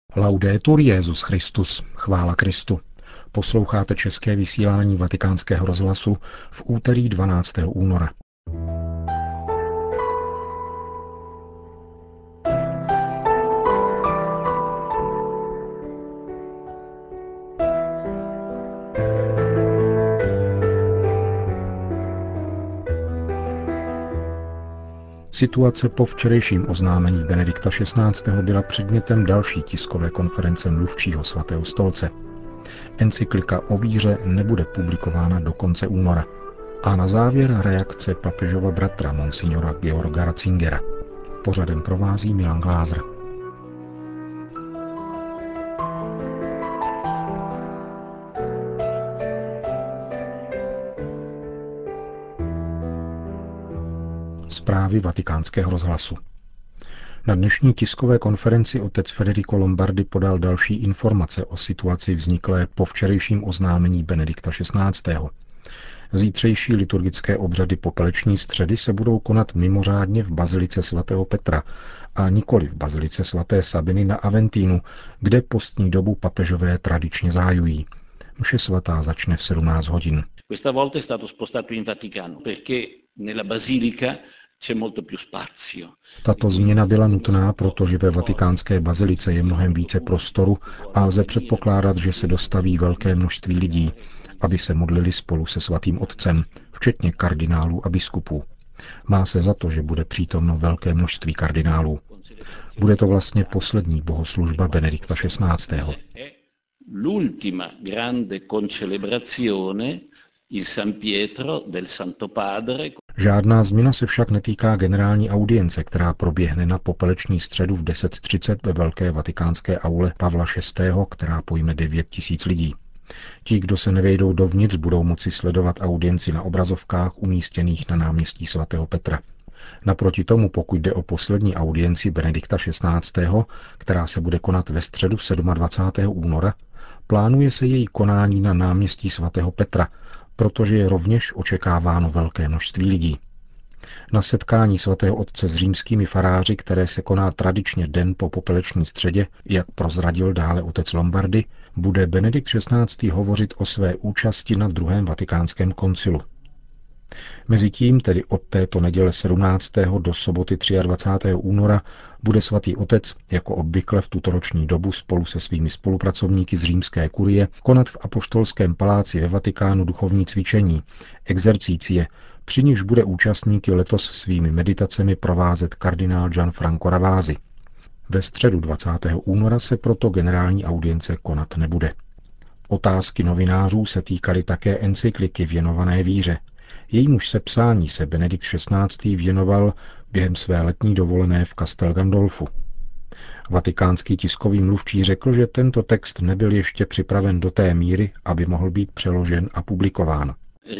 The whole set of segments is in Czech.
Laudetur Jesus Christus, chvála Kristu. Posloucháte české vysílání Vatikánského rozhlasu v úterý 12. února. Situace po včerejším oznámení Benedikta XVI. Byla předmětem další tiskové konference mluvčího svatého stolce. Encyklika o víře nebude publikována do konce února. A na závěr reakce papežova bratra monsignora Georga Ratzingera. Pořadem provází Milan Glázer. Zprávy Vatikánského rozhlasu. Na dnešní tiskové konferenci otec Federico Lombardi podal další informace o situaci vzniklé po včerejším oznámení Benedikta XVI. Zítřejší liturgické obřady popeleční středy se budou konat mimořádně v bazilice svatého Petra a nikoli v bazilice svaté Sabiny na Aventínu, kde postní dobu papežové tradičně zahajují. Mše svatá začne v 17 hodin. Questa volta è stato spostato in Vaticano perché nella basilica c'è molto più spazio. Tato změna byla nutná, protože ve vatikánské bazilice je mnohem více prostoru a lze předpokládat, že se dostaví velké množství lidí, aby se modlili spolu se svatým otcem, včetně kardinálů a biskupů. Má se za to, že bude přítomno velké množství kardinálů. Bude to vlastně poslední bohoslužba Benedikta XVI. L'ultima grande concelebrazione in San Pietro del Santo Padre. Žádná změna se však netýká generální audience, která proběhne na popeleční středu v 10:30 ve velké vatikánské aule Pavla VI., která pojme 9 000 lidí. Ti, kdo se nevejdou dovnitř, budou moci sledovat audienci na obrazovkách umístěných na náměstí svatého Petra. Naproti tomu, pokud jde o poslední audienci Benedikta XVI., která se bude konat ve středu 27. února, plánuje se její konání na náměstí svatého Petra, protože je rovněž očekáváno velké množství lidí. Na setkání svatého otce s římskými faráři, které se koná tradičně den po popeleční středě, jak prozradil dále otec Lombardi, bude Benedikt XVI. Hovořit o své účasti na druhém vatikánském koncilu. Mezitím, tedy od této neděle 17. do soboty 23. února, bude svatý otec, jako obvykle v tuto roční dobu spolu se svými spolupracovníky z římské kurie, konat v apoštolském paláci ve Vatikánu duchovní cvičení, exercície, při nichž bude účastníky letos svými meditacemi provázet kardinál Gianfranco Ravasi. Ve středu 20. února se proto generální audience konat nebude. Otázky novinářů se týkaly také encykliky věnované víře. Jejímuž sepsání se Benedikt XVI. Věnoval během své letní dovolené v Castel Gandolfu. Vatikánský tiskový mluvčí řekl, že tento text nebyl ještě připraven do té míry, aby mohl být přeložen a publikován.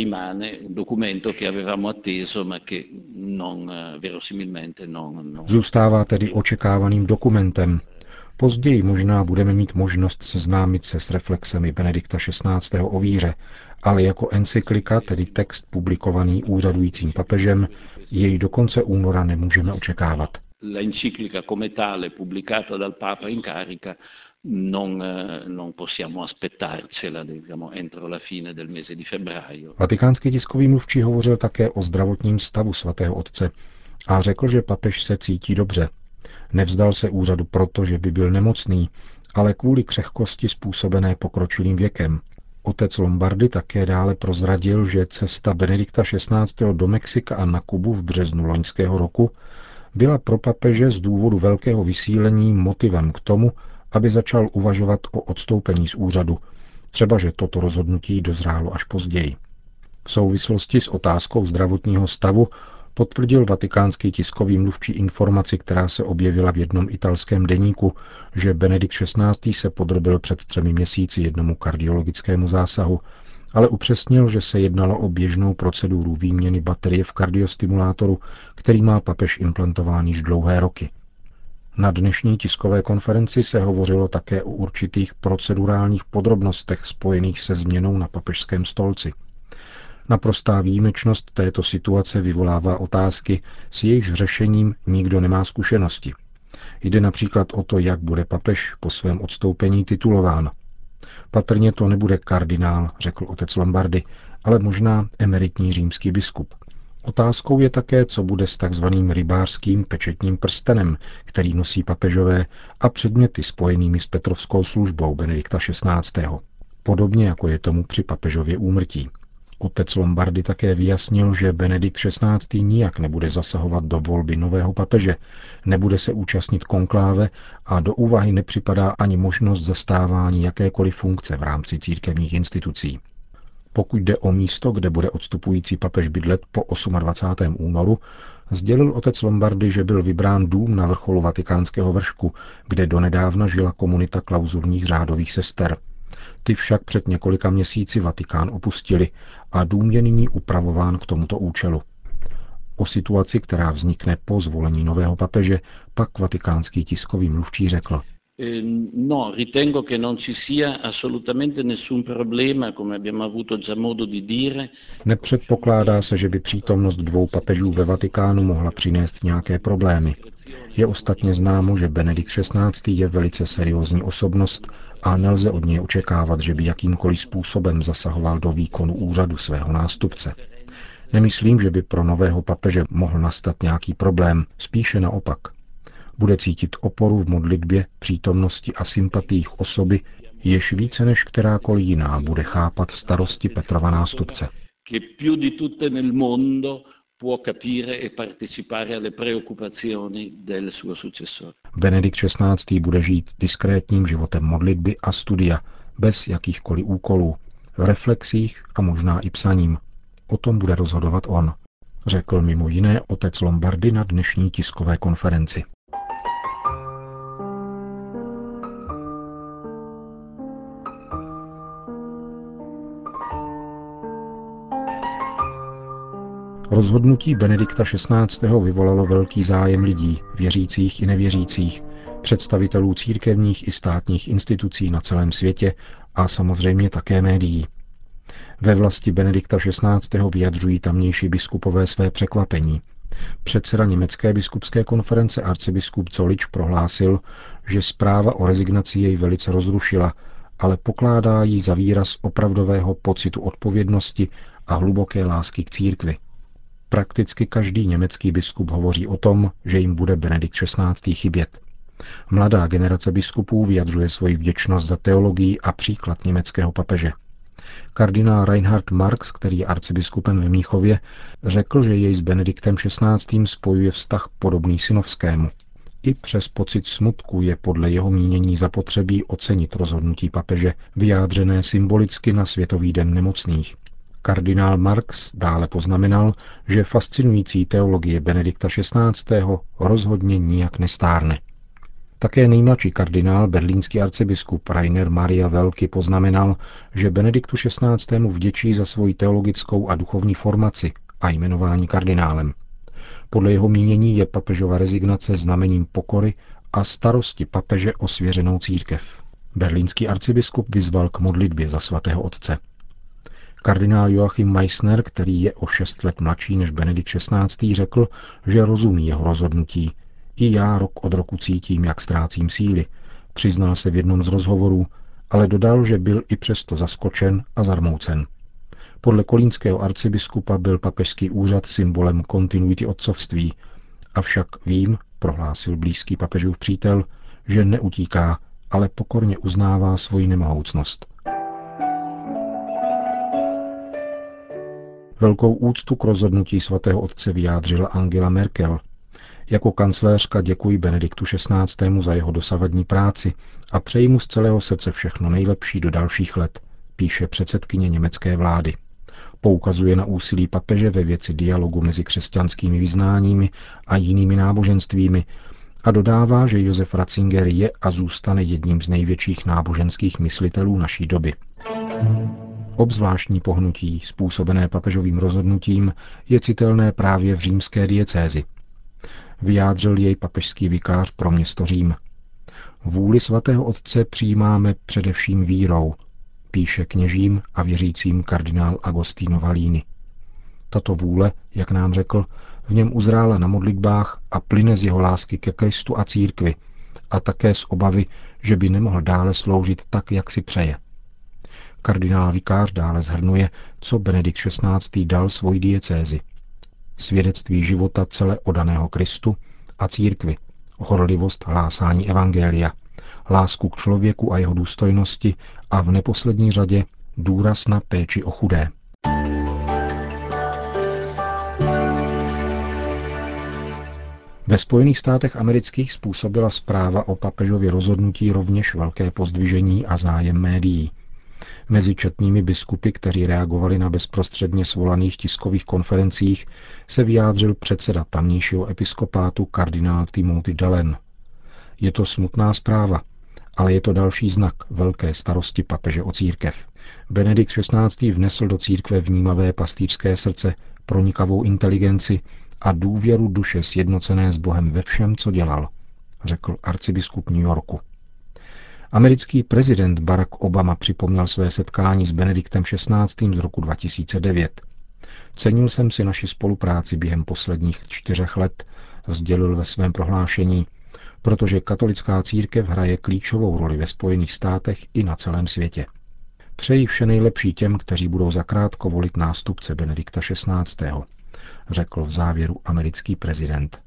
Zůstává tedy očekávaným dokumentem. Později možná budeme mít možnost seznámit se s reflexemi Benedikta XVI. O víře, ale jako encyklika, tedy text publikovaný úřadujícím papežem, jej do konce února nemůžeme očekávat. L'enciclica come tale pubblicata dal Papa in carica non possiamo aspettarcela, diciamo, entro la fine del mese di febbraio. Vatikánský tiskový mluvčí hovořil také o zdravotním stavu svatého otce a řekl, že papež se cítí dobře. Nevzdal se úřadu proto, že by byl nemocný, ale kvůli křehkosti způsobené pokročilým věkem. Otec Lombardi také dále prozradil, že cesta Benedikta XVI. Do Mexika a na Kubu v březnu loňského roku byla pro papeže z důvodu velkého vysílení motivem k tomu, aby začal uvažovat o odstoupení z úřadu, třeba že toto rozhodnutí dozrálo až později. V souvislosti s otázkou zdravotního stavu potvrdil vatikánský tiskový mluvčí informaci, která se objevila v jednom italském deníku, že Benedikt XVI. Se podrobil před 3 měsíci jednomu kardiologickému zásahu, ale upřesnil, že se jednalo o běžnou proceduru výměny baterie v kardiostimulátoru, který má papež implantován již dlouhé roky. Na dnešní tiskové konferenci se hovořilo také o určitých procedurálních podrobnostech spojených se změnou na papežském stolci. Naprostá výjimečnost této situace vyvolává otázky, s jejichž řešením nikdo nemá zkušenosti. Jde například o to, jak bude papež po svém odstoupení titulován. Patrně to nebude kardinál, řekl otec Lombardy, ale možná emeritní římský biskup. Otázkou je také, co bude s takzvaným rybářským pečetním prstenem, který nosí papežové, a předměty spojenými s Petrovskou službou Benedikta XVI. Podobně jako je tomu při papežově úmrtí. Otec Lombardy také vyjasnil, že Benedikt XVI. Nijak nebude zasahovat do volby nového papeže, nebude se účastnit konkláve a do úvahy nepřipadá ani možnost zastávání jakékoliv funkce v rámci církevních institucí. Pokud jde o místo, kde bude odstupující papež bydlet po 28. únoru, sdělil otec Lombardy, že byl vybrán dům na vrcholu Vatikánského vršku, kde donedávna žila komunita klauzurních řádových sester. Ty však před několika měsíci Vatikán opustili a dům je nyní upravován k tomuto účelu. O situaci, která vznikne po zvolení nového papeže, pak vatikánský tiskový mluvčí řekl: No, ritengo che non ci sia assolutamente nessun problema, come abbiamo avuto già modo di dire. Nepředpokládá se, že by přítomnost dvou papežů ve Vatikánu mohla přinést nějaké problémy. Je ostatně známo, že Benedikt XVI. Je velice seriózní osobnost a nelze od něj očekávat, že by jakýmkoliv způsobem zasahoval do výkonu úřadu svého nástupce. Nemyslím, že by pro nového papeže mohl nastat nějaký problém, spíše naopak. Bude cítit oporu v modlitbě, přítomnosti a sympatiích osoby, jež více než kterákoliv jiná bude chápat starosti Petrova nástupce. Benedikt XVI. Bude žít diskrétním životem modlitby a studia, bez jakýchkoliv úkolů, v reflexích a možná i psaním. O tom bude rozhodovat on, řekl mimo jiné otec Lombardy na dnešní tiskové konferenci. Rozhodnutí Benedikta XVI. Vyvolalo velký zájem lidí, věřících i nevěřících, představitelů církevních i státních institucí na celém světě a samozřejmě také médií. Ve vlasti Benedikta XVI. Vyjadřují tamnější biskupové své překvapení. Předseda německé biskupské konference arcibiskup Zollitsch prohlásil, že zpráva o rezignaci jej velice rozrušila, ale pokládá ji za výraz opravdového pocitu odpovědnosti a hluboké lásky k církvi. Prakticky každý německý biskup hovoří o tom, že jim bude Benedikt XVI. Chybět. Mladá generace biskupů vyjadřuje svoji vděčnost za teologii a příklad německého papeže. Kardinál Reinhard Marx, který je arcibiskupem v Mnichově, řekl, že jej s Benediktem XVI. Spojuje vztah podobný synovskému. I přes pocit smutku je podle jeho mínění zapotřebí ocenit rozhodnutí papeže, vyjádřené symbolicky na Světový den nemocných. Kardinál Marx dále poznamenal, že fascinující teologie Benedikta XVI. Rozhodně nijak nestárne. Také nejmladší kardinál, berlínský arcibiskup Rainer Maria Welki poznamenal, že Benediktu XVI. Vděčí za svoji teologickou a duchovní formaci a jmenování kardinálem. Podle jeho mínění je papežova rezignace znamením pokory a starosti papeže o svěřenou církev. Berlínský arcibiskup vyzval k modlitbě za svatého otce. Kardinál Joachim Meissner, který je o 6 let mladší než Benedikt XVI., řekl, že rozumí jeho rozhodnutí. I já rok od roku cítím, jak ztrácím síly, přiznal se v jednom z rozhovorů, ale dodal, že byl i přesto zaskočen a zarmoucen. Podle kolínského arcibiskupa byl papežský úřad symbolem kontinuity otcovství, avšak vím, prohlásil blízký papežův přítel, že neutíká, ale pokorně uznává svoji nemohoucnost. Velkou úctu k rozhodnutí svatého otce vyjádřila Angela Merkel. Jako kancléřka děkuji Benediktu XVI. Za jeho dosavadní práci a přeji mu z celého srdce všechno nejlepší do dalších let, píše předsedkyně německé vlády. Poukazuje na úsilí papeže ve věci dialogu mezi křesťanskými vyznáními a jinými náboženstvími a dodává, že Josef Ratzinger je a zůstane jedním z největších náboženských myslitelů naší doby. Obzvláštní pohnutí, způsobené papežovým rozhodnutím, je citelné právě v římské diecézi. Vyjádřil jej papežský vikář pro město Řím. Vůli svatého otce přijímáme především vírou, píše kněžím a věřícím kardinál Agostino Valini. tato vůle, jak nám řekl, v něm uzrála na modlitbách a plyne z jeho lásky ke Kristu a církvi a také z obavy, že by nemohl dále sloužit tak, jak si přeje. Kardinál vikář dále shrnuje, co Benedikt XVI. Dal svojí diecézi. Svědectví života celé oddaného Kristu a církvi, horlivost hlásání evangelia, lásku k člověku a jeho důstojnosti a v neposlední řadě důraz na péči o chudé. Ve Spojených státech amerických způsobila zpráva o papežově rozhodnutí rovněž velké pozdvižení a zájem médií. Mezi četnými biskupy, kteří reagovali na bezprostředně svolaných tiskových konferencích, se vyjádřil předseda tamnějšího episkopátu kardinál Timothy Dallin. Je to smutná zpráva, ale je to další znak velké starosti papeže o církev. Benedikt XVI. Vnesl do církve vnímavé pastýřské srdce, pronikavou inteligenci a důvěru duše sjednocené s Bohem ve všem, co dělal, řekl arcibiskup New Yorku. Americký prezident Barack Obama připomněl své setkání s Benediktem XVI. Z roku 2009. Cenil jsem si naši spolupráci během posledních 4 let, sdělil ve svém prohlášení, protože katolická církev hraje klíčovou roli ve Spojených státech i na celém světě. Přeji vše nejlepší těm, kteří budou zakrátko volit nástupce Benedikta XVI., řekl v závěru americký prezident.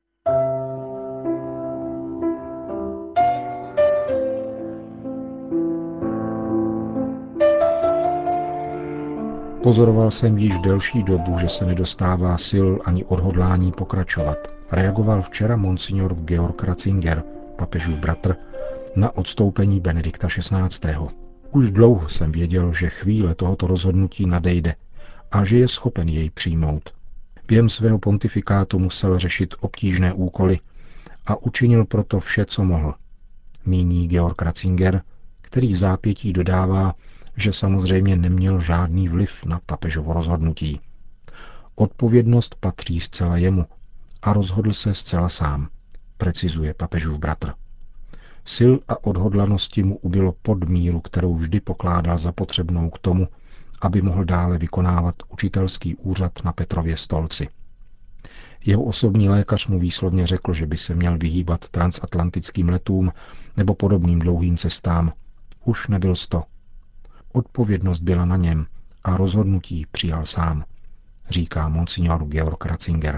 Pozoroval jsem již delší dobu, že se nedostává sil ani odhodlání pokračovat. Reagoval včera monsignor Georg Ratzinger, papežův bratr, na odstoupení Benedikta XVI. Už dlouho jsem věděl, že chvíle tohoto rozhodnutí nadejde a že je schopen jej přijmout. Během svého pontifikátu musel řešit obtížné úkoly a učinil proto vše, co mohl. Míní Georg Ratzinger, který v zápětí dodává, že samozřejmě neměl žádný vliv na papežovo rozhodnutí. Odpovědnost patří zcela jemu a rozhodl se zcela sám, precizuje papežův bratr. Sil a odhodlanosti mu ubylo pod míru, kterou vždy pokládal za potřebnou k tomu, aby mohl dále vykonávat učitelský úřad na Petrově stolci. Jeho osobní lékař mu výslovně řekl, že by se měl vyhýbat transatlantickým letům nebo podobným dlouhým cestám. Už nebyl 100. Odpovědnost byla na něm a rozhodnutí přijal sám, říká monsignor Georg Ratzinger.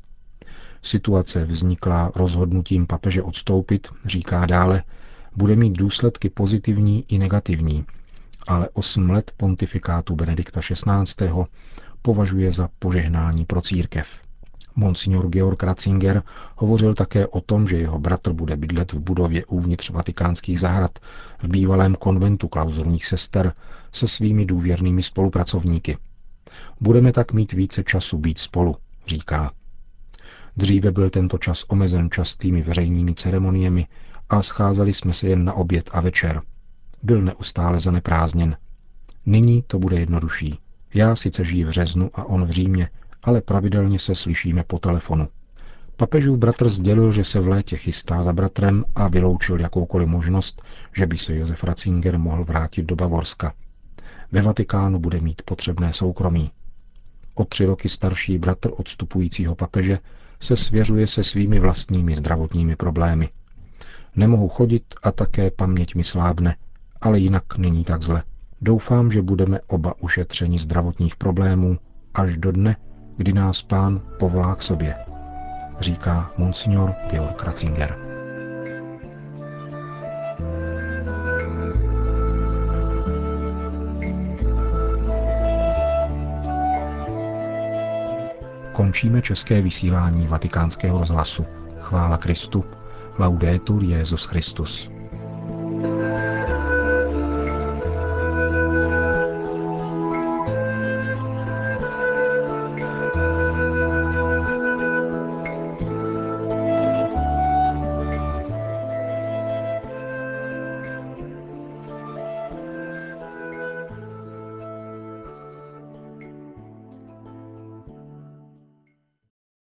Situace vzniklá rozhodnutím papeže odstoupit, říká dále, bude mít důsledky pozitivní i negativní, ale 8 let pontifikátu Benedikta XVI. Považuje za požehnání pro církev. Monsignor Georg Ratzinger hovořil také o tom, že jeho bratr bude bydlet v budově uvnitř vatikánských zahrad v bývalém konventu klauzurních sester se svými důvěrnými spolupracovníky. Budeme tak mít více času být spolu, říká. Dříve byl tento čas omezen častými veřejnými ceremoniemi a scházeli jsme se jen na oběd a večer. Byl neustále zaneprázdněn. Nyní to bude jednodušší. Já sice žiji v Řeznu a on v Římě, ale pravidelně se slyšíme po telefonu. Papežův bratr sdělil, že se v létě chystá za bratrem a vyloučil jakoukoliv možnost, že by se Josef Ratzinger mohl vrátit do Bavorska. Ve Vatikánu bude mít potřebné soukromí. O 3 roky starší bratr odstupujícího papeže se svěřuje se svými vlastními zdravotními problémy. Nemohu chodit a také paměť mi slábne, ale jinak není tak zle. Doufám, že budeme oba ušetřeni zdravotních problémů až do dne, kdy nás Pán povolá k sobě, říká monsignor Georg Ratzinger. Končíme české vysílání Vatikánského rozhlasu. Chvála Kristu. Laudetur Jesus Christus.